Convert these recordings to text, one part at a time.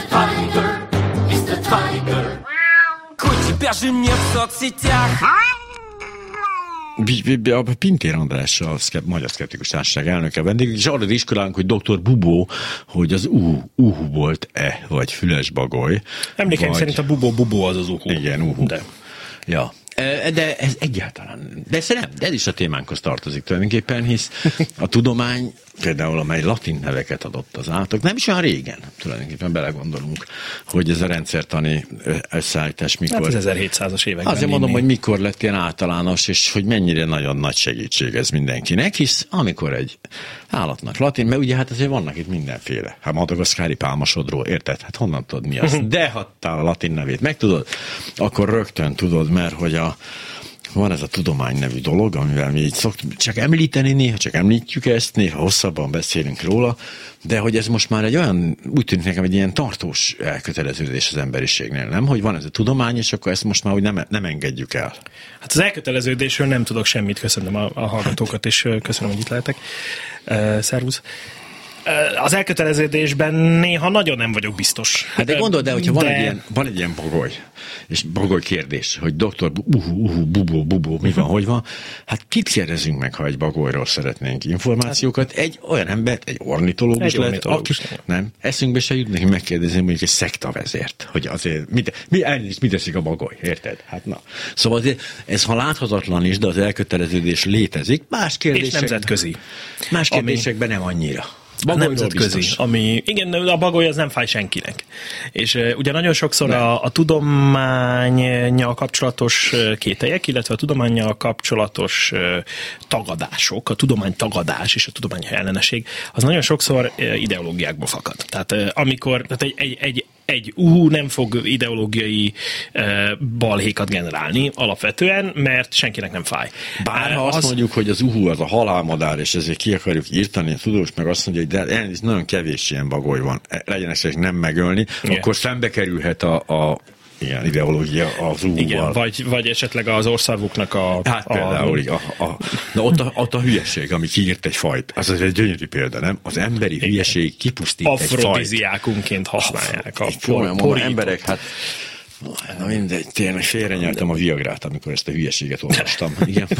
Tiger, Mr. Tiger. Котик, бежи мне в соцсетях. Pintér András, a Magyar Szkeptikus Társaság elnöke vendég, és arra iskolánk, hogy Dr. Bubó, hogy az uhu volt-e, vagy füles bagoly. Emlékeim szerint a bubó az az uhu. Igen, uhu. De. Ja. De ez egyáltalán, de ez is a témánkhoz tartozik tulajdonképpen, hisz a tudomány például, amely latin neveket adott az állatok, nem is olyan régen, tulajdonképpen belegondolunk, hogy ez a rendszertani összeállítás mikor... Hát az 1700-as években. Azért mondom, hogy mikor lett ilyen általános, és hogy mennyire nagyon nagy segítség ez mindenkinek, hisz amikor egy állatnak latin, mert ugye hát azért vannak itt mindenféle. Hát madagaszkári pálmasodról, érted? Hát honnan tudod mi az? De ha a latin nevét megtudod, akkor rögtön tudod, mert hogy van ez a tudomány nevű dolog, amivel mi így szoktunk csak említeni, néha csak említjük ezt, néha hosszabban beszélünk róla, de hogy ez most már egy olyan, úgy tűnik nekem, egy ilyen tartós elköteleződés az emberiségnél, nem? Hogy van ez a tudomány, és akkor ezt most már úgy nem engedjük el. Hát az elköteleződésről nem tudok semmit, köszönöm a hallgatókat, és köszönöm, hogy itt lehetek. Szervusz. Az elköteleződésben néha nagyon nem vagyok biztos. Hát de gondold el, hogyha van egy ilyen bagoly, és bagoly kérdés, hogy doktor bubó, mi van, hogy van, hát kit kérdezünk meg, ha egy bagolyról szeretnénk információkat? Egy olyan embert, egy ornitológus lehet, aki nem, eszünkbe se jut neki megkérdezni mondjuk egy szektavezért, hogy azért, mit teszik a bagoly, érted? Hát na. Szóval ez ha láthatatlan is, de az elköteleződés létezik, más kérdések, és nemzetközi. Más kérdésekben nem annyira. Nemzetközi, igen, a bagoly az nem fáj senkinek. És ugye nagyon sokszor a tudománnyal kapcsolatos kételyek, illetve a tudománnyal kapcsolatos tagadások, a tudománytagadás és a tudomány ellenesség, az nagyon sokszor ideológiákból fakad. Tehát amikor egy nem fog ideológiai balhékat generálni alapvetően, mert senkinek nem fáj. Bár ha azt mondjuk, hogy az az a halálmadár, és ezért ki akarjuk írtani, a tudós meg azt mondja, hogy de nagyon kevés ilyen bagoly van, legyen esély nem megölni, akkor szembe kerülhet a ilyen ideológia az igen, vagy esetleg az orszarvuknak hát például, na ott a hülyeség, ami kiírt egy fajt, az egy gyönyörű példa, nem? Az emberi hülyeség kipusztít egy fajt. Afrodiziákunként használják. Emberek, hát na mindegy, tényleg félrenyeltem a Viagrát, amikor ezt a hülyeséget olvastam. Igen.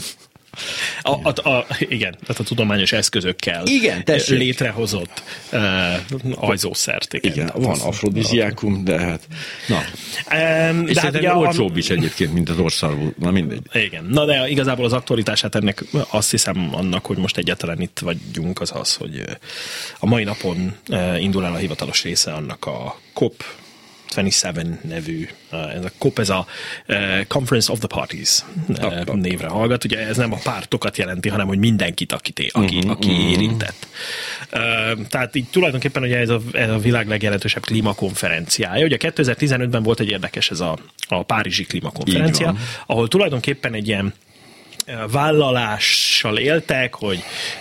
Igen, tehát a tudományos eszközökkel létrehozott ajzószert. Igen, van afrodiziákum, de hát na. És szerintem olcsóbb is egyébként, mint az orszarvú, na mindegy. Igen, na de igazából az aktualitását ennek azt hiszem annak, hogy most egyáltalán itt vagyunk, az, hogy a mai napon indul el a hivatalos része annak a COP 27 nevű, ez a COP, ez a Conference of the Parties névre hallgat. Ugye ez nem a pártokat jelenti, hanem hogy mindenkit, aki érintett. Tehát így tulajdonképpen ugye ez a világ legjelentősebb klímakonferenciája. Ugye 2015-ben volt egy érdekes ez a Párizsi klímakonferencia, ahol tulajdonképpen egy ilyen vállalással éltek, hogy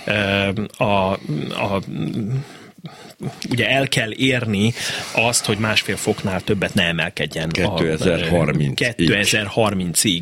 ugye el kell érni azt, hogy 1,5 foknál többet ne emelkedjen 2030-ig.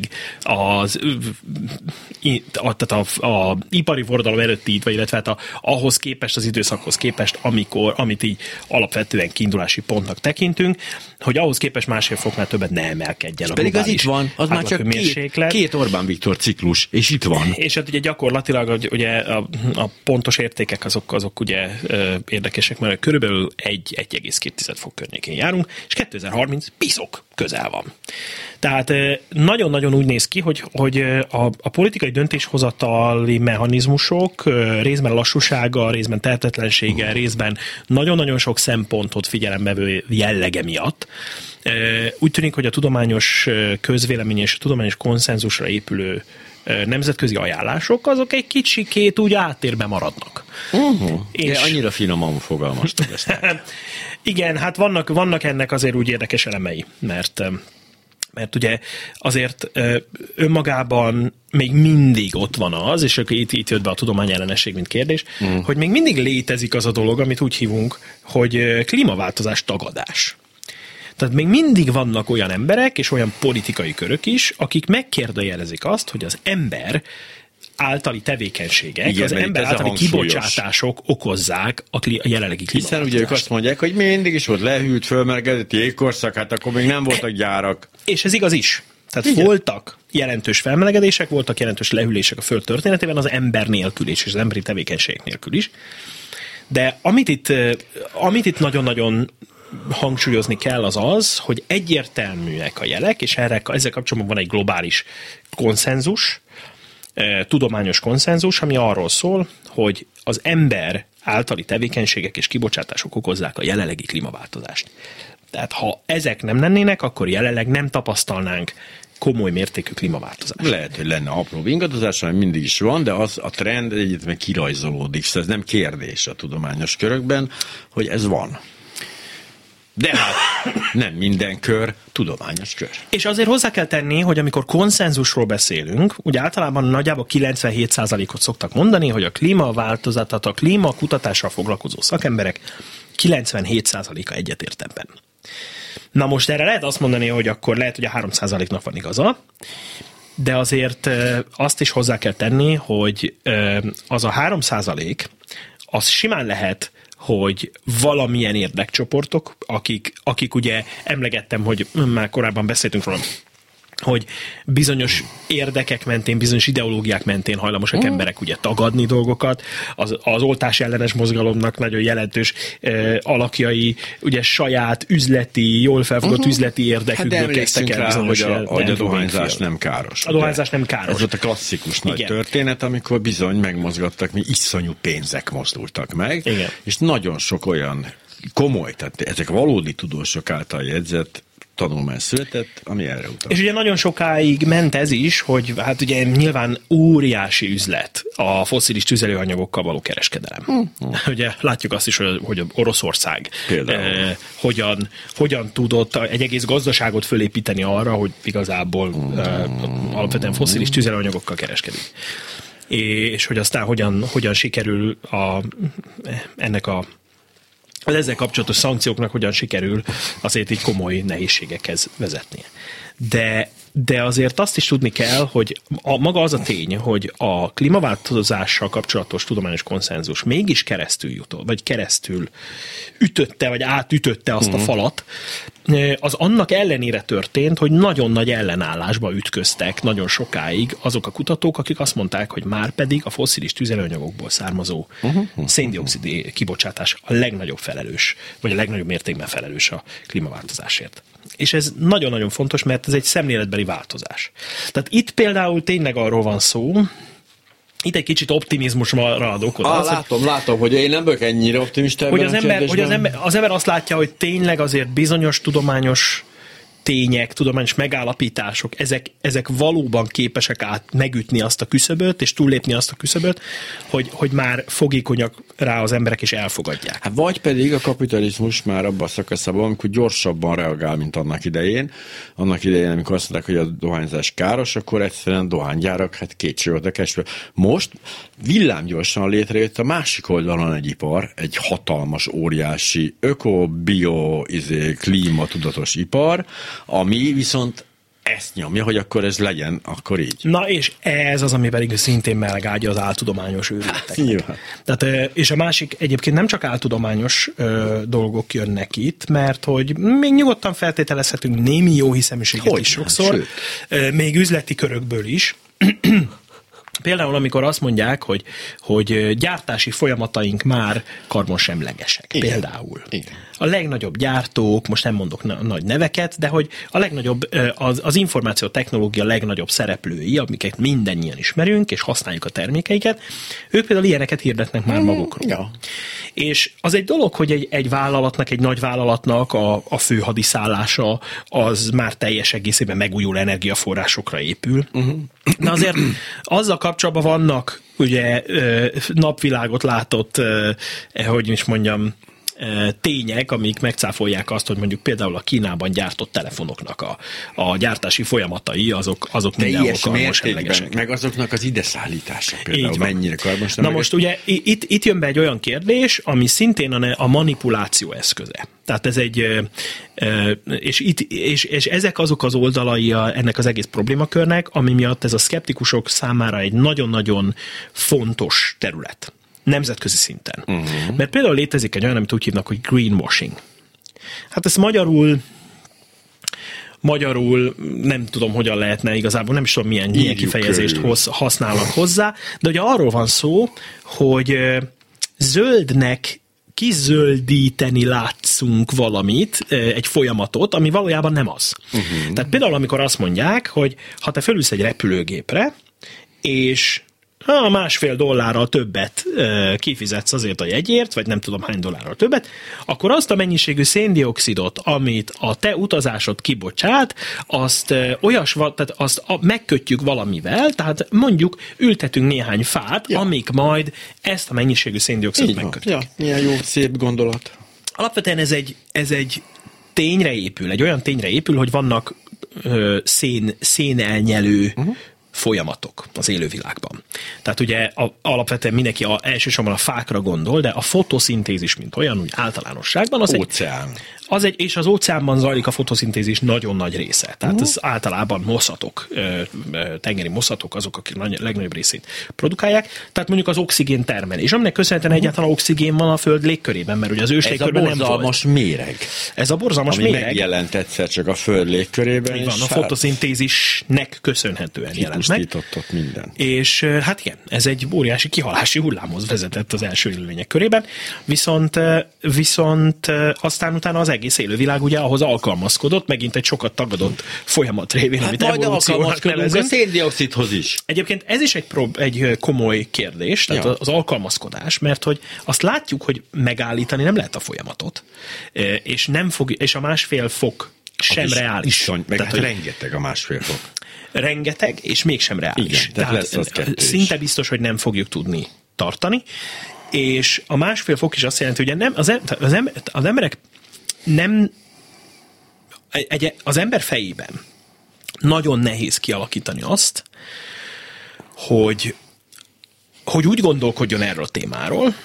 Tehát a ipari forradalom előtti, illetve hát ahhoz képest, az időszakhoz képest, amit így alapvetően kiindulási pontnak tekintünk, hogy ahhoz képest 1,5 foknál többet ne emelkedjen. Pedig az itt van, az már csak két Orbán Viktor ciklus, és itt van. És hát ugye gyakorlatilag ugye a pontos értékek azok ugye érdekesek, mert körülbelül 1,2 fok környékén járunk, és 2030 piszok közel van. Tehát nagyon-nagyon úgy néz ki, hogy a politikai döntéshozatali mechanizmusok részben lassúsága, részben tehetetlensége, részben nagyon-nagyon sok szempontot figyelembe jellege miatt úgy tűnik, hogy a tudományos közvélemény és a tudományos konszenzusra épülő nemzetközi ajánlások, azok egy kicsikét úgy áttérbe maradnak. De annyira finoman fogalmaztuk ezt. Igen, hát vannak ennek azért úgy érdekes elemei, mert ugye azért önmagában még mindig ott van az, és itt jött be a tudomány ellenesség, mint kérdés, hogy még mindig létezik az a dolog, amit úgy hívunk, hogy klímaváltozás tagadás. Tehát még mindig vannak olyan emberek és olyan politikai körök is, akik megkérdőjelezik azt, hogy az ember általi tevékenységek, igen, az ember általi kibocsátások okozzák a jelenlegi klímaváltozást. Hiszen ugye ők azt mondják, hogy mindig is volt lehűlt, fölmelegedett jégkorszak, hát akkor még nem voltak gyárak. És ez igaz is. Tehát igen. Voltak jelentős felmelegedések, voltak jelentős lehűlések a Föld történetében az ember nélkül is, és az emberi tevékenység nélkül is. De amit itt nagyon-nagyon hangsúlyozni kell az, hogy egyértelműek a jelek, és ezzel kapcsolatban van egy globális konszenzus, tudományos konszenzus, ami arról szól, hogy az ember általi tevékenységek és kibocsátások okozzák a jelenlegi klímaváltozást. Tehát ha ezek nem lennének, akkor jelenleg nem tapasztalnánk komoly mértékű klímaváltozás. Lehet, hogy lenne apró ingadozás, ami mindig is van, de az a trend egyébként kirajzolódik, szóval ez nem kérdés a tudományos körökben, hogy ez van. De hát nem minden kör tudományos kör. És azért hozzá kell tenni, hogy amikor konszenzusról beszélünk, ugye általában nagyjából 97%-ot szoktak mondani, hogy a klímaváltozat, tehát a klímakutatással foglalkozó szakemberek 97%-a egyetért ebben. Na most erre lehet azt mondani, hogy akkor lehet, hogy a 3%-nak van igaza, de azért azt is hozzá kell tenni, hogy az a 3%, az simán lehet, hogy valamilyen érdekcsoportok, akik ugye emlegettem, hogy már korábban beszéltünk róla, hogy bizonyos érdekek mentén, bizonyos ideológiák mentén hajlamosak emberek ugye tagadni dolgokat, az oltás ellenes mozgalomnak nagyon jelentős alakjai, ugye saját üzleti, jól felfogott üzleti érdekükből kezdtek el bizonyos hogy a dohányzás nem káros. A dohányzás nem káros. Ez volt a klasszikus nagy történet, amikor bizony megmozgattak, mi iszonyú pénzek mozdultak meg, igen. És nagyon sok olyan komoly, tehát ezek valódi tudósok által jegyzett tanulmány született, ami erre utal. És ugye nagyon sokáig ment ez is, hogy hát ugye nyilván óriási üzlet a fosszilis tüzelőanyagokkal való kereskedelem. Ugye látjuk azt is, hogy Oroszország hogyan tudott egy egész gazdaságot fölépíteni arra, hogy igazából alapvetően fosszilis tüzelőanyagokkal kereskedik. És hogy aztán hogyan sikerül ennek az ezzel kapcsolatos szankcióknak hogyan sikerül azért így komoly nehézségekhez vezetnie. De azért azt is tudni kell, hogy maga az a tény, hogy a klímaváltozással kapcsolatos tudományos konszenzus mégis keresztül ütötte, vagy átütötte azt a falat, az annak ellenére történt, hogy nagyon nagy ellenállásba ütköztek nagyon sokáig azok a kutatók, akik azt mondták, hogy már pedig a fosszilis tüzelőanyagokból származó szén-dioxid kibocsátás a legnagyobb felelős, vagy a legnagyobb mértékben felelős a klímaváltozásért. És ez nagyon-nagyon fontos, mert ez egy szemléletbeli változás. Tehát itt például tényleg arról van szó, itt egy kicsit optimizmusra ad okot. Látom, hogy én nem vagyok ennyire optimista ebben az ember azt látja, hogy tényleg azért bizonyos tudományos tények, tudományos megállapítások, ezek valóban képesek megütni azt a küszöböt, és túllépni azt a küszöböt, hogy már fogékonyak rá az emberek, és elfogadják. Hát vagy pedig a kapitalizmus már abban a szakaszában, amikor gyorsabban reagál, mint annak idején. Annak idején, amikor azt mondták, hogy a dohányzás káros, akkor egyszerűen dohánygyárak, hát kétségedekes. Most villámgyorsan létrejött a másik oldalon egy ipar, egy hatalmas, óriási öko-bio, klímatudatos ipar, ami viszont ezt nyomja, hogy akkor ez legyen, akkor így. Na és ez az, ami pedig szintén melegágya az áltudományos őrületeknek. Tehát, és a másik egyébként nem csak áltudományos dolgok jönnek itt, mert hogy még nyugodtan feltételezhetünk némi jó hiszeműséget is sokszor, még üzleti körökből is. Például, amikor azt mondják, hogy gyártási folyamataink már karbonsemlegesek. Igen. Például. Igen. A legnagyobb gyártók, most nem mondok nagy neveket, de hogy a legnagyobb, az információtechnológia legnagyobb szereplői, amiket mindannyian ismerünk, és használjuk a termékeiket, ők például ilyeneket hirdetnek már magukról. Ja. És az egy dolog, hogy egy vállalatnak, egy nagy vállalatnak a fő hadiszállása az már teljes egészében megújuló energiaforrásokra épül. De azért azzal kapcsolatban vannak ugye napvilágot látott, hogy is mondjam, tények, amik megcáfolják azt, hogy mondjuk például a Kínában gyártott telefonoknak a gyártási folyamatai, azok mindenhol karbonsemlegesek. Meg azoknak az ideszállítása például mennyire karbonsemleges. Na most ugye itt jön be egy olyan kérdés, ami szintén a manipuláció eszköze. Tehát ez és ezek azok az oldalai ennek az egész problémakörnek, ami miatt ez a szkeptikusok számára egy nagyon-nagyon fontos terület. Nemzetközi szinten. Uh-huh. Mert például létezik egy olyan, amit úgy hívnak, hogy greenwashing. Hát ezt magyarul nem tudom, hogyan lehetne igazából, nem is tudom, milyen kifejezést használnak hozzá, de ugye arról van szó, hogy zöldnek kizöldíteni látszunk valamit, egy folyamatot, ami valójában nem az. Uh-huh. Tehát például, amikor azt mondják, hogy ha te fölülsz egy repülőgépre, és $1,5 többet kifizetsz azért a jegyért, vagy nem tudom hány dollárral többet, akkor azt a mennyiségű széndioxidot, amit a te utazásod kibocsát, azt tehát azt megkötjük valamivel, tehát mondjuk ültetünk néhány fát, amik majd ezt a mennyiségű széndioxidot megkötik. Ja, milyen jó, szép gondolat. Alapvetően ez egy tényre épül, egy olyan tényre épül, hogy vannak szénelnyelő folyamatok az élővilágban. Tehát ugye alapvetően mindenki elsősorban a fákra gondol, de a fotoszintézis, mint olyan, úgy általánosságban az óceán. És az óceánban zajlik a fotoszintézis nagyon nagy része. Tehát ez általában moszatok, tengeri moszatok azok, akik legnagyobb részét produkálják. Tehát mondjuk az oxigén termelés, aminek köszönhetően egyáltalán oxigén van a Föld légkörében, mert ugye az őslégkörben nem volt. Ez a borzalmas méreg. Ez a borzalmas méreg. Ami megjelent egyszer csak a Föld légkörében. Így van, a fotoszintézisnek köszönhetően jelent meg. Minden. És hát igen, ez egy óriási kihalási hullámhoz vezetett az első élőlények körében, viszont aztán utána az egész élővilág ugye ahhoz alkalmazkodott, megint egy sokat tagadott folyamat révén, amit evolúciónak nevezünk. A széndioxidhoz is. Egyébként ez is egy komoly kérdés, tehát az alkalmazkodás, mert hogy azt látjuk, hogy megállítani nem lehet a folyamatot, és a 1,5 fok sem reális. Tehát rengeteg a 1,5 fok. Rengeteg, és mégsem reális. Igen, tehát szinte biztos, hogy nem fogjuk tudni tartani, és a 1,5 fok is azt jelenti, hogy nem, az emberek nem az ember fejében nagyon nehéz kialakítani azt, hogy úgy gondolkodjon erről a témáról,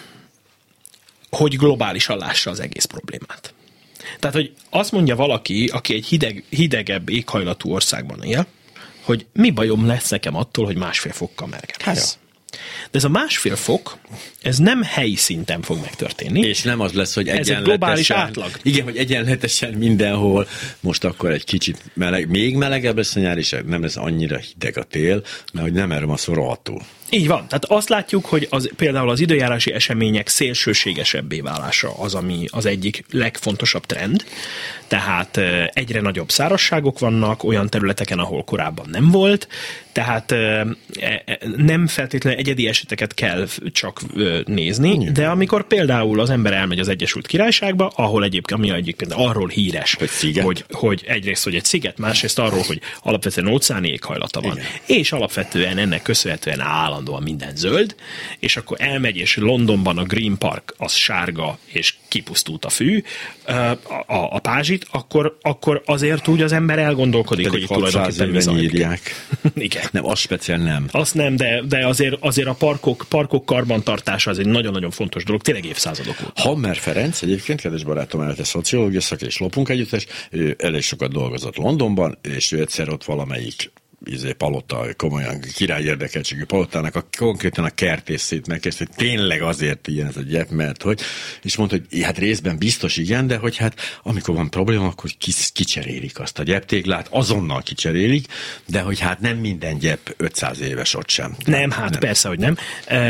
hogy globálisan lássa az egész problémát. Tehát, hogy azt mondja valaki, aki egy hidegebb éghajlatú országban él, hogy mi bajom lesz nekem attól, hogy 1,5 fokkal melegebb lesz. De ez a 1,5 fok, ez nem helyi szinten fog megtörténni. És nem az lesz, hogy egyenletesen. Ez egy globális átlag. Igen, hogy egyenletesen mindenhol most akkor egy kicsit még melegebb lesz a nyár, és nem lesz annyira hideg a tél, mert hogy nem erről van szó rohadtul. Így van. Tehát azt látjuk, hogy például az időjárási események szélsőségesebbé válása az, ami az egyik legfontosabb trend. Tehát egyre nagyobb szárazságok vannak olyan területeken, ahol korábban nem volt. Tehát nem feltétlenül egyedi eseteket kell csak nézni, de amikor például az ember elmegy az Egyesült Királyságba, ahol egyébként arról híres, hogy egyrészt, hogy egy sziget, másrészt arról, hogy alapvetően óceáni éghajlata van, és alapvetően ennek köszönhetően állandóan minden zöld, és akkor elmegy, és Londonban a Green Park az sárga, és kipusztult a fű, a pázsit, akkor azért úgy az ember elgondolkodik, hogy itt tulajdonképpen mi írják. Igen. Nem, az speciál nem. Azt nem, de azért a parkok karbantartása az egy nagyon-nagyon fontos dolog, tényleg évszázadok óta. Hammer Ferenc, egyébként kedves barátom, elte szociológia szak és lopunk együttes, ő elég sokat dolgozott Londonban, és ő egyszer ott valamelyik palota, komolyan királyérdekeltségű palotának konkrétan a kertészét megkezdte, hogy tényleg azért ilyen ez a gyep, mert hogy, és mondta, hogy hát részben biztos igen, de hogy hát amikor van probléma, akkor kicserélik azt a gyeptéglát, azonnal kicserélik, de hogy hát nem minden gyep 500 éves ott sem. Nem, persze, hogy nem.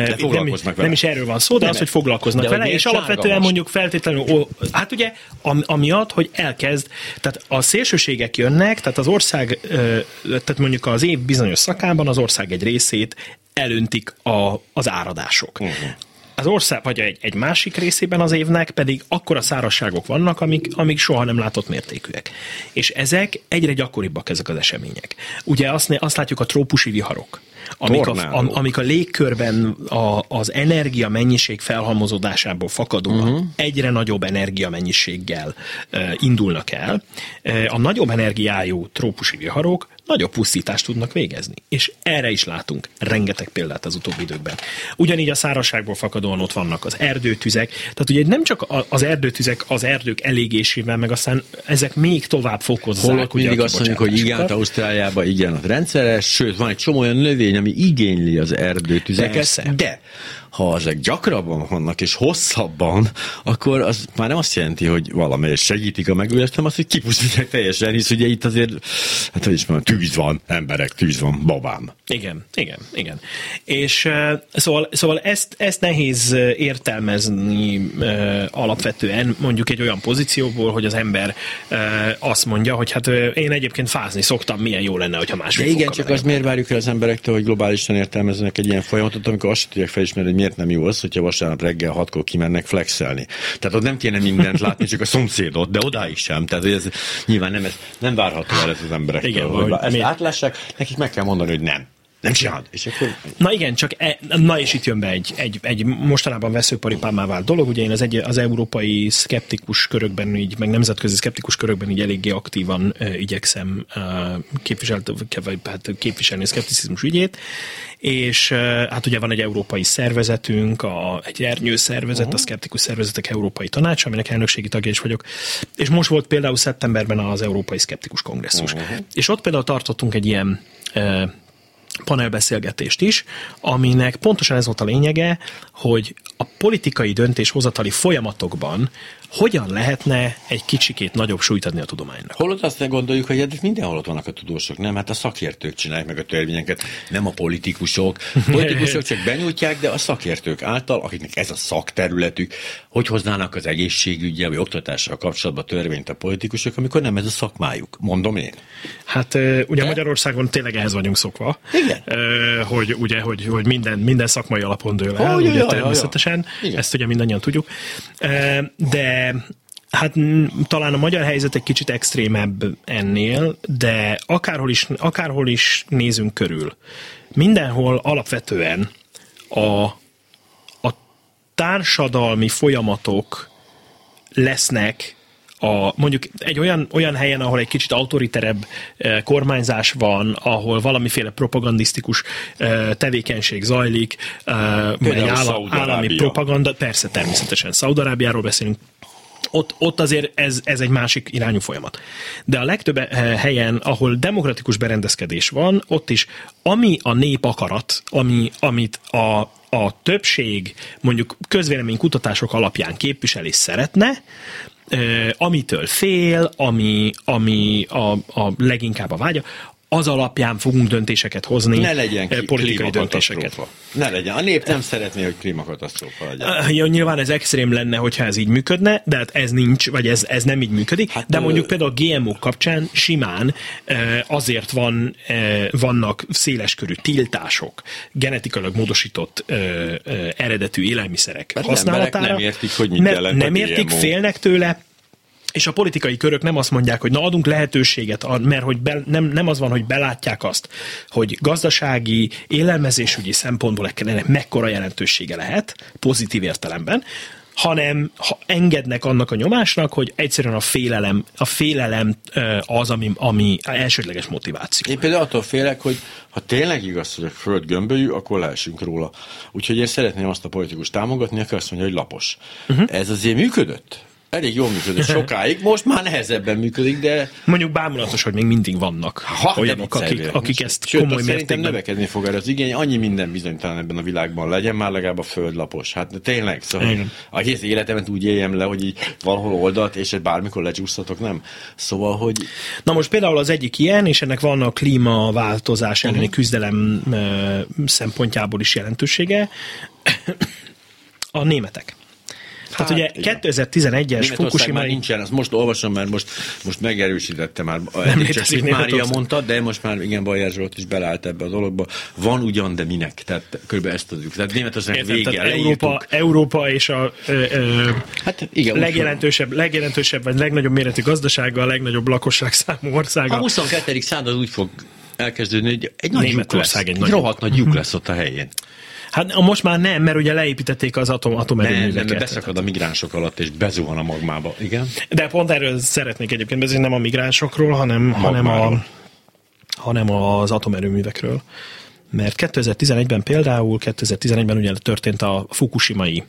Nem is erről van szó, de az, hogy foglalkoznak vele, és alapvetően mondjuk feltétlenül, hát ugye, amiatt, hogy elkezd, tehát a szélsőségek jönnek, tehát az ország, tehát mondjuk az év bizonyos szakában az ország egy részét elöntik az áradások. Az ország, vagy egy másik részében az évnek pedig akkora szárazságok vannak, amik soha nem látott mértékűek. És ezek egyre gyakoribbak ezek az események. Ugye azt látjuk a trópusi viharok. amik a légkörben az energia mennyiség felhalmozódásából fakadóan egyre nagyobb energia mennyiséggel indulnak el, a nagyobb energiájú trópusi viharok nagyobb pusztítást tudnak végezni. És erre is látunk rengeteg példát az utóbbi időkben. Ugyanígy a szárazságból fakadóan ott vannak az erdőtüzek, tehát ugye nem csak az erdőtüzek az erdők elégésével, meg aztán ezek még tovább fokozzák. Holott mindig azt mondjuk, hogy igen, Ausztráliában igen, a rendszeres, sőt, van egy csomó olyan növény, ami igényli az erdőtüzeket, persze. De ha ezek gyakrabban vannak és hosszabban, akkor az már nem azt jelenti, hogy valamelyest segítik a megújulást, hanem azt, hogy kipusztítják teljesen, hisz ugye itt azért, hát hogy is mondjam, tűz van, emberek, tűz van, babám. Igen. És szóval ezt nehéz értelmezni alapvetően mondjuk egy olyan pozícióból, hogy az ember azt mondja, hogy hát én egyébként fázni szoktam, milyen jó lenne, hogyha másfél fokkal. Igen, csak azt miért várjuk el az emberektől, hogy globálisan értelmezzenek egy ilyen folyamatot, amikor azt tudják felismerni, hogy miért nem jó az, hogyha vasárnap reggel 6-kor kimennek flexelni. Tehát ott nem kéne mindent látni, csak a szomszédot, de odáig sem. Tehát ez nyilván nem várható el ez az emberektől. Igen, hogy ezt átlássák, nekik meg kell mondani, hogy nem csinálod. És akkor... Na igen, csak és itt jön be egy mostanában veszőparipámmá vált dolog. Ugye én az európai szkeptikus körökben, így, meg nemzetközi szkeptikus körökben így eléggé aktívan igyekszem képviselni a szkepticizmus ügyét, és hát ugye van egy európai szervezetünk, egy ernyőszervezet, a Szkeptikus Szervezetek Európai Tanácsa, aminek elnökségi tagja is vagyok, és most volt például szeptemberben az Európai Szkeptikus Kongresszus. És ott például tartottunk egy ilyen panelbeszélgetést is, aminek pontosan ez volt a lényege, hogy a politikai döntéshozatali folyamatokban hogyan lehetne egy kicsikét nagyobb súlyt adni a tudománynak. Holott azt gondoljuk, hogy hát mindenhol ott vannak a tudósok, nem? Hát a szakértők csinálják meg a törvényeket, nem a politikusok. A politikusok csak benyújtják, de a szakértők által, akiknek ez a szakterületük, hogy hoznának az egészségügyel vagy oktatással kapcsolatban törvényt a politikusok, amikor nem ez a szakmájuk. Mondom én. Hát ugye Magyarországon tényleg ehhez vagyunk szokva. Igen. Hogy minden szakmai alapon dől el, ugye természetesen. Ezt ugye mindannyian tudjuk. De hát talán a magyar helyzet egy kicsit extrémebb ennél, de akárhol is nézünk körül. Mindenhol alapvetően a társadalmi folyamatok lesznek mondjuk egy olyan helyen, ahol egy kicsit autoriterebb kormányzás van, ahol valamiféle propagandisztikus tevékenység zajlik, egy állami propaganda, persze természetesen Szaúd-Arábiáról beszélünk, ott azért ez egy másik irányú folyamat. De a legtöbb helyen, ahol demokratikus berendezkedés van, ott is, ami a nép akarat, amit a többség mondjuk közvéleménykutatások alapján képvisel és szeretne, amitől fél, ami a leginkább a vágya, az alapján fogunk döntéseket hozni, ne legyen politikai döntéseket. Ne legyen. A nép nem szeretné, hogy klímakatasztrófa legyen. Ja, nyilván ez extrém lenne, hogyha ez így működne, de hát ez nincs, vagy ez nem így működik. Hát, de mondjuk például a GMO kapcsán simán azért vannak széleskörű tiltások, genetikailag módosított eredetű élelmiszerek használatára. Nem értik, hogy mit jelent nem értik, félnek tőle, és a politikai körök nem azt mondják, hogy na adunk lehetőséget, mert hogy nem az van, hogy belátják azt, hogy gazdasági, élelmezésügyi szempontból ennek mekkora jelentősége lehet, pozitív értelemben, hanem engednek annak a nyomásnak, hogy egyszerűen a félelem az, ami elsődleges motiváció. Én például attól félek, hogy ha tényleg igaz, hogy a föld gömbölyű, akkor lehessünk róla. Úgyhogy én szeretném azt a politikus támogatni, aki azt mondja, hogy lapos. Ez azért működött? Elég jól működött sokáig, most már nehezebben működik, de... Mondjuk bámulatos, hogy még mindig vannak olyanok, akik ezt komoly mértékben... Szerintem növekedni fog erre az igény, annyi minden bizonytalan ebben a világban legyen, már legalább a föld lapos. Hát tényleg, szóval egész életemet úgy éljem le, hogy így valahol oldalt, és bármikor lecsúsztatok, nem? Szóval, hogy... Na most például az egyik ilyen, és ennek van a klímaváltozás elleni küzdelem szempontjából is jelentősége, a németek. Tehát ugye 2011-es Fukushima... nincsen, azt most olvasom, mert most megerősítette már. Csak Mária mondta, de most már igen, Bajer Zsolt is belállt ebbe a dologba. Van ugyan, de minek? Tehát körülbelül ezt tudjuk. Tehát Németország vége. Európa és a hát igen, legjelentősebb vagy legnagyobb méretű gazdasága, a legnagyobb lakosságszámú országa. A 22. század úgy fog elkezdődni, egy nagy lyuk lesz. Egy rohadt nagy lyuk lesz ott a helyén. Hát most már nem, mert ugye leépítették az atomerőműveket. Nem, beszakad a migránsok alatt, és bezuhan a magmába. Igen? De pont erről szeretnék egyébként beszélni, nem a migránsokról, hanem az atomerőművekről. Mert 2011-ben például, 2011-ben ugye történt a fukushimai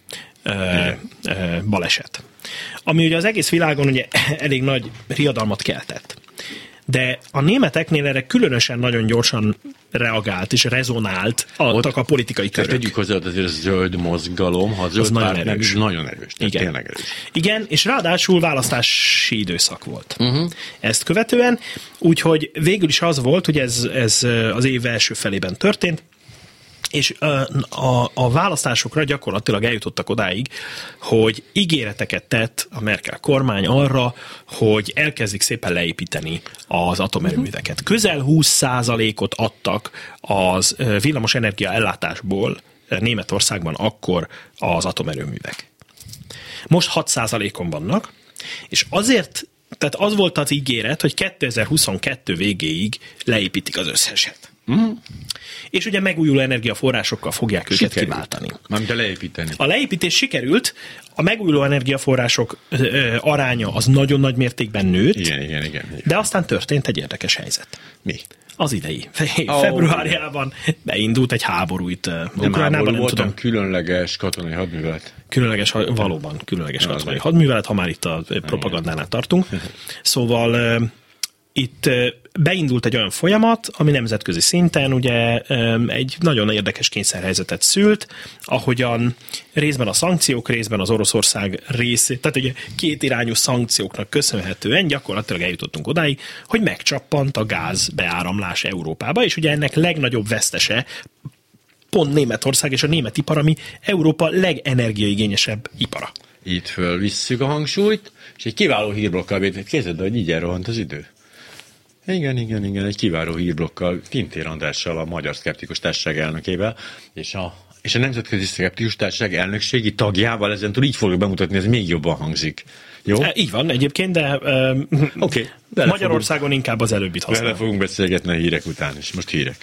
baleset. Ami ugye az egész világon ugye elég nagy riadalmat keltett. De a németeknél erre különösen nagyon gyorsan reagált és rezonáltak a politikai körök. Tegyük hozzá, hogy azért a zöld mozgalom, ha a zöld párt nem is nagyon erős. Igen. Tényleg erős. Igen, és ráadásul választási időszak volt. Ezt követően, úgyhogy végül is az volt, hogy ez az év első felében történt, és a választásokra gyakorlatilag eljutottak odáig, hogy ígéreteket tett a Merkel kormány arra, hogy elkezdik szépen leépíteni az atomerőműveket. Közel 20%-ot adtak az villamos energia ellátásból Németországban akkor az atomerőművek. Most 6%-on vannak, és azért, tehát az volt az ígéret, hogy 2022 végéig leépítik az összeset. És ugye megújuló energiaforrásokkal fogják őket kiváltani. Mármint a leépíteni. A leépítés sikerült, a megújuló energiaforrások aránya az nagyon nagy mértékben nőtt, Igen. de aztán történt egy érdekes helyzet. Mi? Az idei. Februárjában beindult egy háború itt Ukrajnában. Nem tudom. Különleges katonai hadművelet. Valóban különleges katonai hadművelet, ha már itt a propagandánál tartunk. Szóval itt beindult egy olyan folyamat, ami nemzetközi szinten ugye egy nagyon érdekes kényszerhelyzetet szült, ahogyan részben a szankciók, részben az Oroszország részét, tehát ugye kétirányú szankcióknak köszönhetően gyakorlatilag eljutottunk odáig, hogy megcsappant a gázbeáramlás Európába, és ugye ennek legnagyobb vesztese pont Németország és a német ipar, ami Európa legenergiaigényesebb ipara. Itt fölvisszük a hangsúlyt, és egy kiváló hírblokkal képzeld, hogy így elrohant az idő. Igen, egy kiváló hírblokkal, Pintér Andrással, a Magyar Szkeptikus Társaság elnökével, és a Nemzetközi Szkeptikus Társaság elnökségi tagjával ezentúl így fogjuk bemutatni, ez még jobban hangzik. Jó? Így van egyébként, de Magyarországon inkább az előbbit használom. Vele fogunk beszélgetni a hírek után is. Most hírek.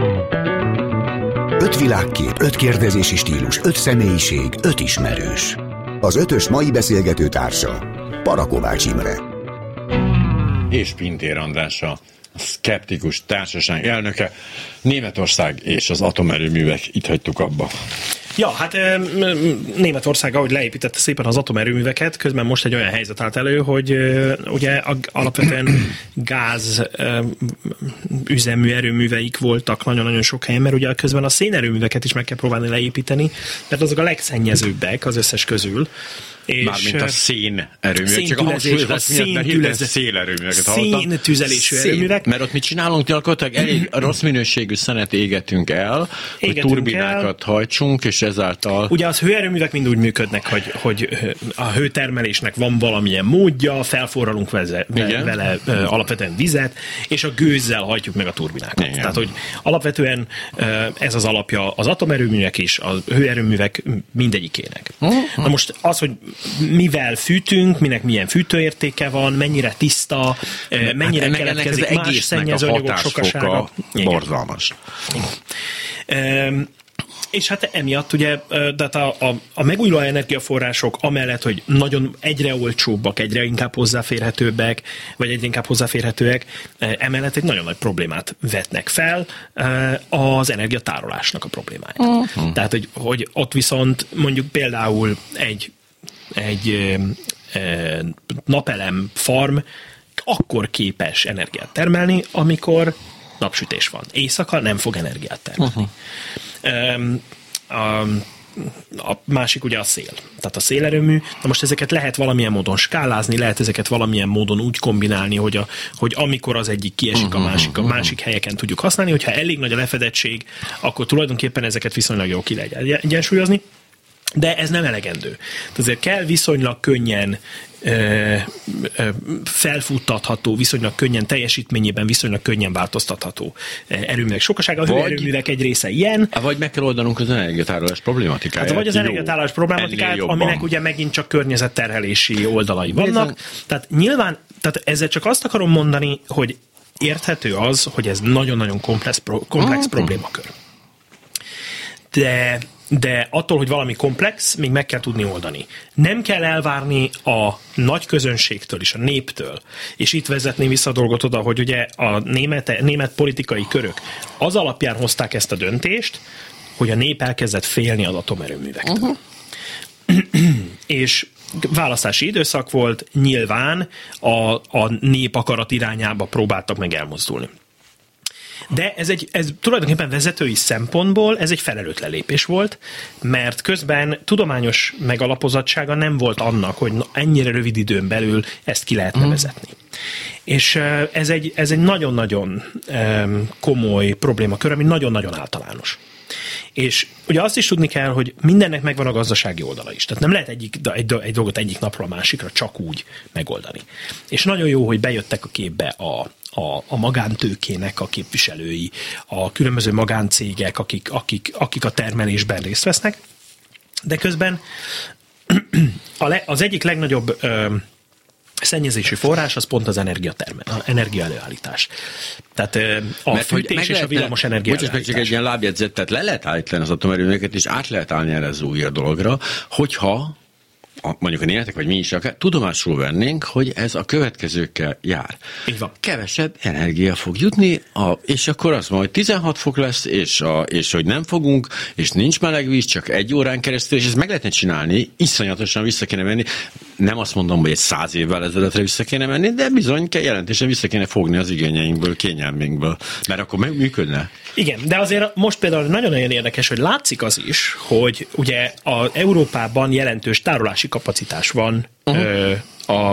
5 világkép, 5 kérdezési stílus, 5 személyiség, 5 ismerős. Az 5-ös mai beszélgető társa Parakovács Imre. És Pintér András, a Szkeptikus Társaság elnöke. Németország és az atomerőművek, itt hagytuk abba. Ja, hát Németország, ahogy leépítette szépen az atomerőműveket, közben most egy olyan helyzet állt elő, hogy ugye alapvetően gáz üzemű erőműveik voltak nagyon-nagyon sok helyen, mert ugye közben a szénerőműveket is meg kell próbálni leépíteni, mert azok a legszennyezőbbek az összes közül. Mármint a szénerőművek, csak a szélerőműveket hallottam. Széntüzelésű erőművek. Mert ott mit csinálunk, gyakorlatilag elég rossz minőségű szenet égetünk el, hogy turbinákat hajtsunk, és ezáltal... Ugye az hőerőművek mind úgy működnek, hogy a hőtermelésnek van valamilyen módja, felforralunk vele alapvetően vizet, és a gőzzel hajtjuk meg a turbinákat. Igen. Tehát, hogy alapvetően ez az alapja az atomerőművek és a hőerőművek mindegyikének. Na most az, hogy mivel fűtünk, minek milyen fűtőértéke van, mennyire tiszta, mennyire keletkezik más szennyezőanyagok sokasága. Borzalmas. És hát emiatt ugye a megújuló energiaforrások amellett, hogy nagyon egyre olcsóbbak, egyre inkább hozzáférhetőbbek, vagy egyre inkább hozzáférhetőek, emellett egy nagyon nagy problémát vetnek fel, az energiatárolásnak a problémáját. Tehát, hogy ott viszont mondjuk például egy napelem farm akkor képes energiát termelni, amikor napsütés van. Éjszaka nem fog energiát termelni. A másik ugye a szél. Tehát a szélerőmű. Na most ezeket lehet valamilyen módon skálázni, lehet ezeket valamilyen módon úgy kombinálni, hogy amikor az egyik kiesik, a másik helyeken tudjuk használni. Hogyha elég nagy a lefedettség, akkor tulajdonképpen ezeket viszonylag jól ki lehet egyensúlyozni. De ez nem elegendő. Azért kell viszonylag könnyen felfuttatható, viszonylag könnyen teljesítményében, viszonylag könnyen változtatható erőművek sokasága. A hőerőművek egy része ilyen. Vagy meg kell oldanunk az energiatárolás problematikáját. Hát, vagy az energiatárolás problematikáját, aminek ugye megint csak környezetterhelési oldalai vannak. Tehát nyilván, ezzel csak azt akarom mondani, hogy érthető az, hogy ez nagyon-nagyon komplex problémakör. De attól, hogy valami komplex, még meg kell tudni oldani. Nem kell elvárni a nagy közönségtől és a néptől, és itt vezetni vissza a dolgot oda, hogy ugye a német politikai körök az alapján hozták ezt a döntést, hogy a nép elkezdett félni az atomerőművektől. És választási időszak volt, nyilván a nép akarat irányába próbáltak meg elmozdulni. De ez tulajdonképpen vezetői szempontból ez egy felelőtlen lépés volt, mert közben tudományos megalapozottsága nem volt annak, hogy ennyire rövid időn belül ezt ki lehetne vezetni. És ez egy nagyon-nagyon komoly problémakör, ami nagyon-nagyon általános. És ugye azt is tudni kell, hogy mindennek megvan a gazdasági oldala is. Tehát nem lehet egy dolgot egyik napról a másikra csak úgy megoldani. És nagyon jó, hogy bejöttek a képbe a magántőkének a képviselői, a különböző magáncégek, akik a termelésben részt vesznek, de közben az egyik legnagyobb szennyezési forrás az pont az energia előállítás. Tehát a fűtés és a villamos energia előállítás. Csak egy ilyen lábjegyzet, tehát le lehet állítani az atomerőműveket, és át lehet állni erre az új dologra, hogyha mondjuk a németek, vagy mi is akár, tudomásul vennénk, hogy ez a következőkkel jár. Így van. Kevesebb energia fog jutni, és akkor azt mondja, hogy 16 fok lesz, és hogy nem fogunk, és nincs meleg víz, csak 1 órán keresztül, és ezt meg lehetne csinálni, iszonyatosan vissza kéne menni. Nem azt mondom, hogy egy 100 évvel ezelőttre vissza kéne menni, de bizony jelentősen vissza kéne fogni az igényeinkből, kényelmünkből, mert akkor működne. Igen, de azért most például nagyon-nagyon érdekes, hogy látszik az is, hogy ugye az Európában jelentős tárolási kapacitás van a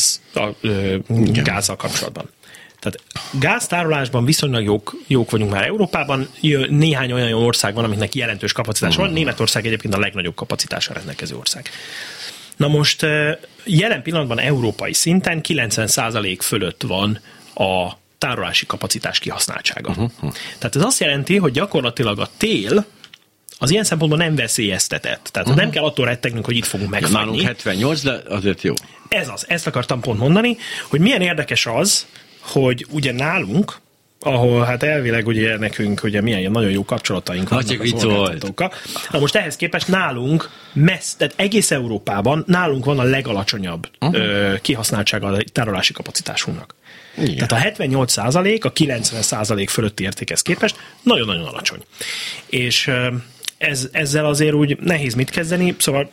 gázzal kapcsolatban. Tehát gáztárolásban viszonylag jók vagyunk már Európában, néhány olyan ország van, amiknek jelentős kapacitás van, Németország egyébként a legnagyobb kapacitással rendelkező ország. Na most jelen pillanatban európai szinten 90% fölött van a tárolási kapacitás kihasználtsága. Tehát ez azt jelenti, hogy gyakorlatilag a tél az ilyen szempontból nem veszélyeztetett. Tehát nem kell attól rettegnünk, hogy itt fogunk megfagyni. Nálunk 78, de azért jó. Ezt akartam pont mondani, hogy milyen érdekes az, hogy ugye nálunk, ahol hát elvileg ugye nekünk ugye milyen nagyon jó kapcsolataink vannak az szolgáltatókkal. Na most ehhez képest nálunk tehát egész Európában nálunk van a legalacsonyabb kihasználtsága a tárolási kapacitásunknak. Igen. Tehát a 78% a 90% fölötti értékhez képest nagyon-nagyon alacsony. És ezzel azért úgy nehéz mit kezdeni, szóval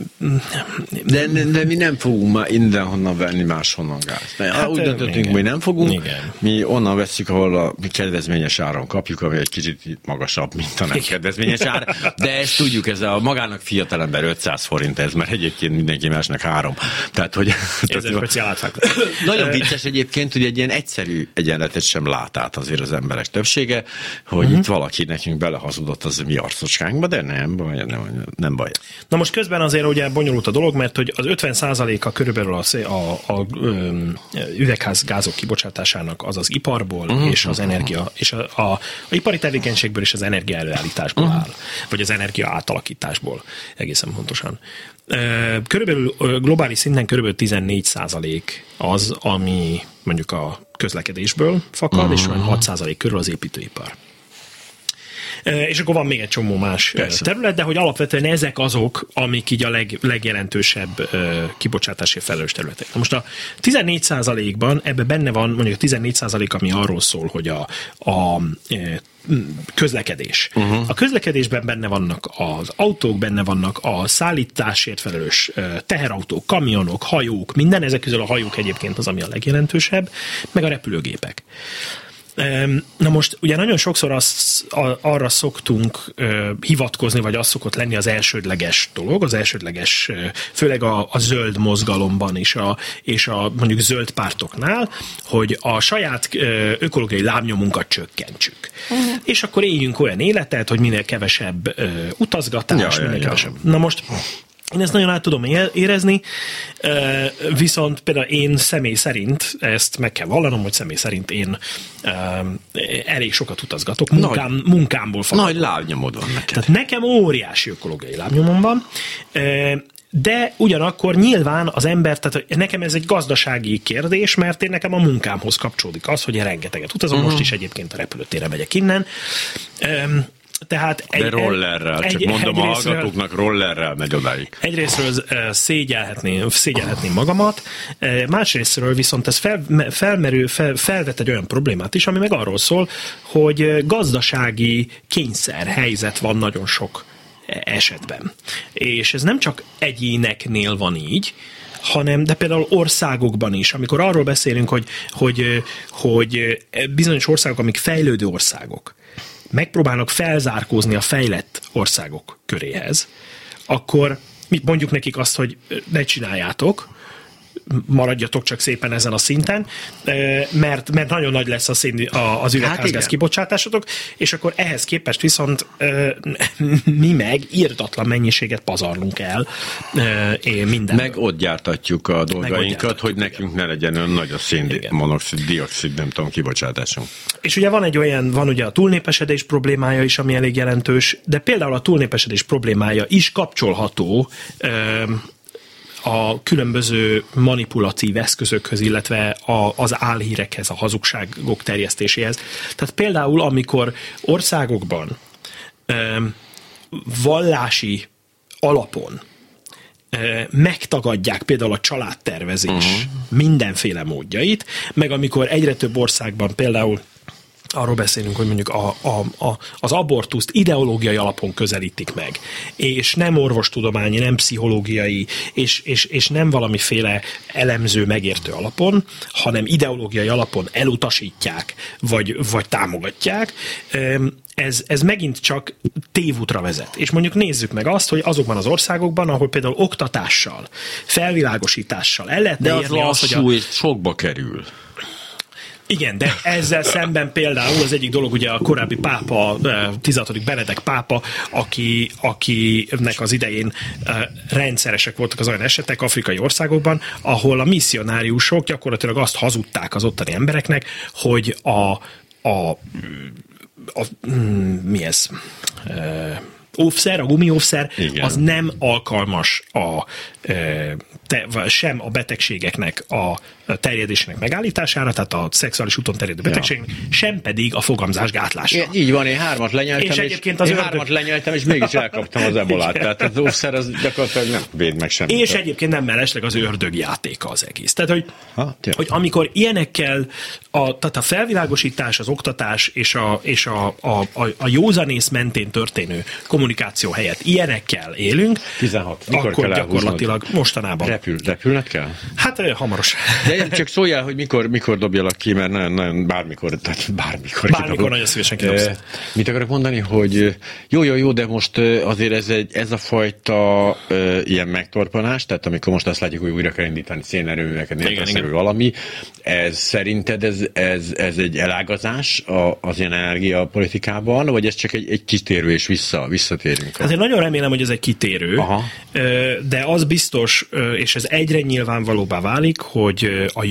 De mi nem fogunk már mindenhonnan venni máshonnan gázt. Hát, úgy döntöttünk, hogy nem fogunk, igen. Mi onnan vesszük, ahol a kedvezményes áron kapjuk, ami egy kicsit magasabb, mint a nem kedvezményes ár, de ezt tudjuk, ez a magának fiatalember 500 forint ez, mert egyébként mindenki másnak 3. Tehát, hogy nagyon vicces egyébként, hogy egy ilyen egyszerű egyenletet sem lát át azért az emberek többsége, hogy itt valaki nekünk belehazudott az mi arcocskánkba, de nem baj. Na most közben azért ugye bonyolult a dolog, mert hogy az 50%-a körülbelül a üvegházgázok kibocsátásának az az iparból és az energia, és a ipari tevékenységből és az energia előállításból áll, vagy az energia átalakításból egészen pontosan. Körülbelül globális szinten körülbelül 14% az, ami mondjuk a közlekedésből fakad, és olyan 6% körül az építőipar. És akkor van még egy csomó más terület, de hogy alapvetően ezek azok, amik így a legjelentősebb kibocsátási felelős területek. Na most a 14%-ban ebben benne van mondjuk a 14%, ami arról szól, hogy a közlekedés. A közlekedésben benne vannak az autók, benne vannak a szállításért felelős teherautók, kamionok, hajók, minden, ezek közül a hajók egyébként az, ami a legjelentősebb, meg a repülőgépek. Na most ugye nagyon sokszor arra szoktunk hivatkozni, vagy az szokott lenni az elsődleges dolog, az elsődleges, főleg a zöld mozgalomban és a mondjuk zöld pártoknál, hogy a saját ökológiai lábnyomunkat csökkentsük. És akkor éljünk olyan életet, hogy minél kevesebb utazgatás, minél kevesebb. Na most én ezt nagyon át tudom érezni, viszont például én személy szerint, ezt meg kell vallanom, hogy személy szerint én elég sokat utazgatok, munkámból fakadva. Nagy lábnyomod van neked. Tehát nekem óriási ökológiai lábnyomom van, De ugyanakkor nyilván az ember, tehát nekem ez egy gazdasági kérdés, mert én nekem a munkámhoz kapcsolódik az, hogy én rengeteget utazom, most is egyébként a repülőtérre megyek innen. Tehát de rollerrel, csak mondom a hallgatóknak, rollerrel megy odáig. Egyrésztről szégyelhetném magamat, másrésztről viszont ez felvet egy olyan problémát is, ami meg arról szól, hogy gazdasági kényszerhelyzet van nagyon sok esetben. És ez nem csak egyéneknél van így, hanem, de például országokban is, amikor arról beszélünk, hogy bizonyos országok, amik fejlődő országok, megpróbálnak felzárkózni a fejlett országok köréhez, akkor mi mondjuk nekik azt, hogy ne csináljátok, maradjatok csak szépen ezen a szinten, mert nagyon nagy lesz az üvegházgáz kibocsátásotok, és akkor ehhez képest viszont mi meg írtatlan mennyiséget pazarlunk el mindenből. Meg ott gyártatjuk a dolgainkat, hogy nekünk ne legyen olyan nagy a szénmonoxid, dioxid, nem tudom, kibocsátásunk. És ugye van ugye a túlnépesedés problémája is, ami elég jelentős, de például a túlnépesedés problémája is kapcsolható a különböző manipulatív eszközökhöz, illetve az álhírekhez, a hazugságok terjesztéséhez. Tehát például, amikor országokban vallási alapon megtagadják például a családtervezés mindenféle módjait, meg amikor egyre több országban például arról beszélünk, hogy mondjuk az abortuszt ideológiai alapon közelítik meg, és nem orvostudományi, nem pszichológiai, és nem valamiféle elemző, megértő alapon, hanem ideológiai alapon elutasítják, vagy támogatják, ez megint csak tévútra vezet. És mondjuk nézzük meg azt, hogy azokban az országokban, ahol például oktatással, felvilágosítással el lehetne érni azt, hogy sokba kerül. Igen, de ezzel szemben például az egyik dolog, ugye a korábbi pápa, 16. Benedek pápa, akinek az idején rendszeresek voltak az olyan esetek afrikai országokban, ahol a misszionáriusok gyakorlatilag azt hazudták az ottani embereknek, hogy mi ez? A gumióvszer, az nem alkalmas sem a betegségeknek a terjedésének megállítására, tehát a szexuális úton terjedő betegségnek, sem pedig a fogamzás gátlásra. Így van, én hármat lenyeltem, és mégis elkaptam az ebolát. Tehát az óvszer az gyakorlatilag nem véd meg semmit. És egyébként nem mellesleg az ördög játéka az egész. Tehát, hogy amikor ilyenekkel tehát a felvilágosítás, az oktatás és a józanész mentén történő kommunikáció helyett ilyenekkel élünk, 16. Akkor gyakorlatilag mostanában. Repülnek kell? Hát hamarosan. De csak szóljál, hogy mikor dobjalak ki, mert nagyon bármikor. Bármikor nagyon szívesen kidobsz. Mit akarok mondani, hogy jó, de most azért ez a fajta ilyen megtorpanás, tehát amikor most azt látjuk, hogy újra kell indítani szénerőműveket, népszerű valami, ez szerinted ez egy elágazás az ilyen energiapolitikában, vagy ez csak egy kitérő és visszatérünk? Hát én nagyon remélem, hogy ez egy kitérő, de az biztos, és ez egyre nyilvánvalóbbá válik, hogy a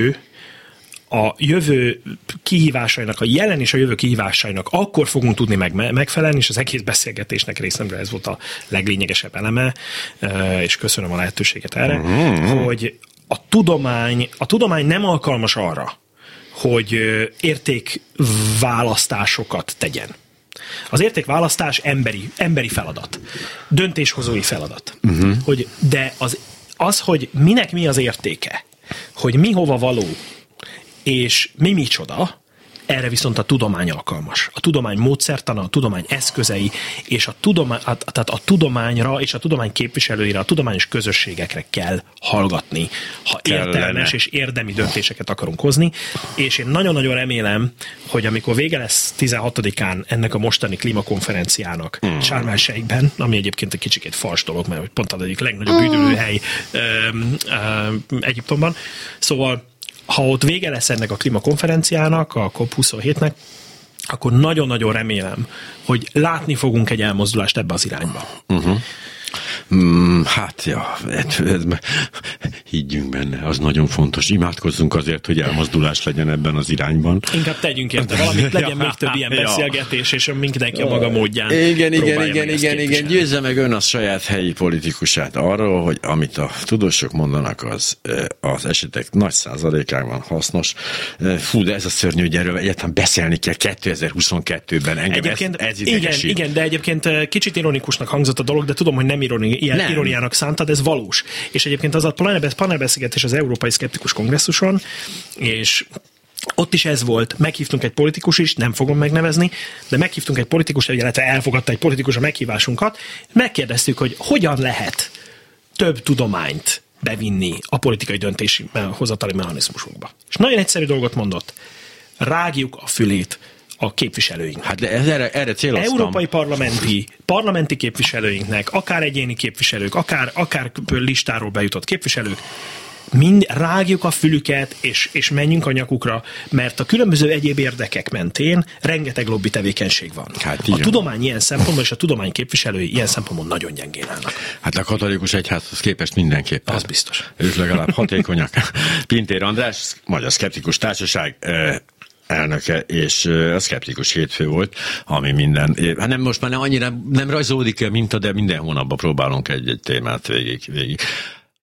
jövő kihívásainak, a jelen és a jövő kihívásainak akkor fogunk tudni megfelelni, és az egész beszélgetésnek részemről ez volt a leglényegesebb eleme, és köszönöm a lehetőséget erre, hogy a tudomány nem alkalmas arra, hogy értékválasztásokat tegyen. Az értékválasztás emberi feladat. Döntéshozói feladat. De az, hogy minek mi az értéke, hogy mi hova való, és mi micsoda, erre viszont a tudomány alkalmas. A tudomány módszertana, a tudomány eszközei, és a tudományra és a tudomány képviselőire, a tudományos közösségekre kell hallgatni, ha értelmes és érdemi döntéseket akarunk hozni. És én nagyon-nagyon remélem, hogy amikor vége lesz 16-án ennek a mostani klímakonferenciának Sharm el-Sheikben, ami egyébként egy kicsikét fals dolog, mert pont az egyik legnagyobb üdülőhely Egyiptomban. Szóval ha ott vége lesz ennek a klímakonferenciának, a COP27-nek, akkor nagyon-nagyon remélem, hogy látni fogunk egy elmozdulást ebbe az irányba. higgyünk benne, az nagyon fontos. Imádkozzunk azért, hogy elmozdulás legyen ebben az irányban. Inkább tegyünk érte valamit, legyen még több ilyen beszélgetés, és mindenki a maga módján Igen. Győzze meg ön a saját helyi politikusát arról, hogy amit a tudósok mondanak, az esetek nagy százalékában hasznos. Fú, de ez a szörnyű, hogy erről egyáltalán beszélni kell 2022-ben. Engem ez idegesít. Igen, de egyébként kicsit ironikusnak hangzott a dolog, de tudom, hogy nem ironiának szántad, ez valós. És egyébként az a panelbeszélgetés az Európai Szkeptikus Kongresszuson, és ott is ez volt, meghívtunk egy politikus is, nem fogom megnevezni, de meghívtunk egy politikus, illetve elfogadta egy politikus a meghívásunkat, megkérdeztük, hogy hogyan lehet több tudományt bevinni a politikai döntési hozatali mechanizmusokba. És nagyon egyszerű dolgot mondott. Rágjuk a fülét a képviselőink. Hát de erre céloztam. Európai parlamenti képviselőinknek, akár egyéni képviselők, akár listáról bejutott képviselők, mind rágjuk a fülüket, és menjünk a nyakukra, mert a különböző egyéb érdekek mentén rengeteg lobby tevékenység van. Hát a tudomány ilyen szempontból, és a tudomány képviselői ilyen szempontból nagyon gyengén állnak. Hát a katolikus egyházhoz képest mindenképpen. Az biztos. Ők legalább hatékonyak. Pintér András, Magyar Szkeptikus Társaság elnöke, és a Szkeptikus Hétfő volt, ami hát nem, most már annyira nem rajzolódik el minta, de minden hónapban próbálunk egy témát végig.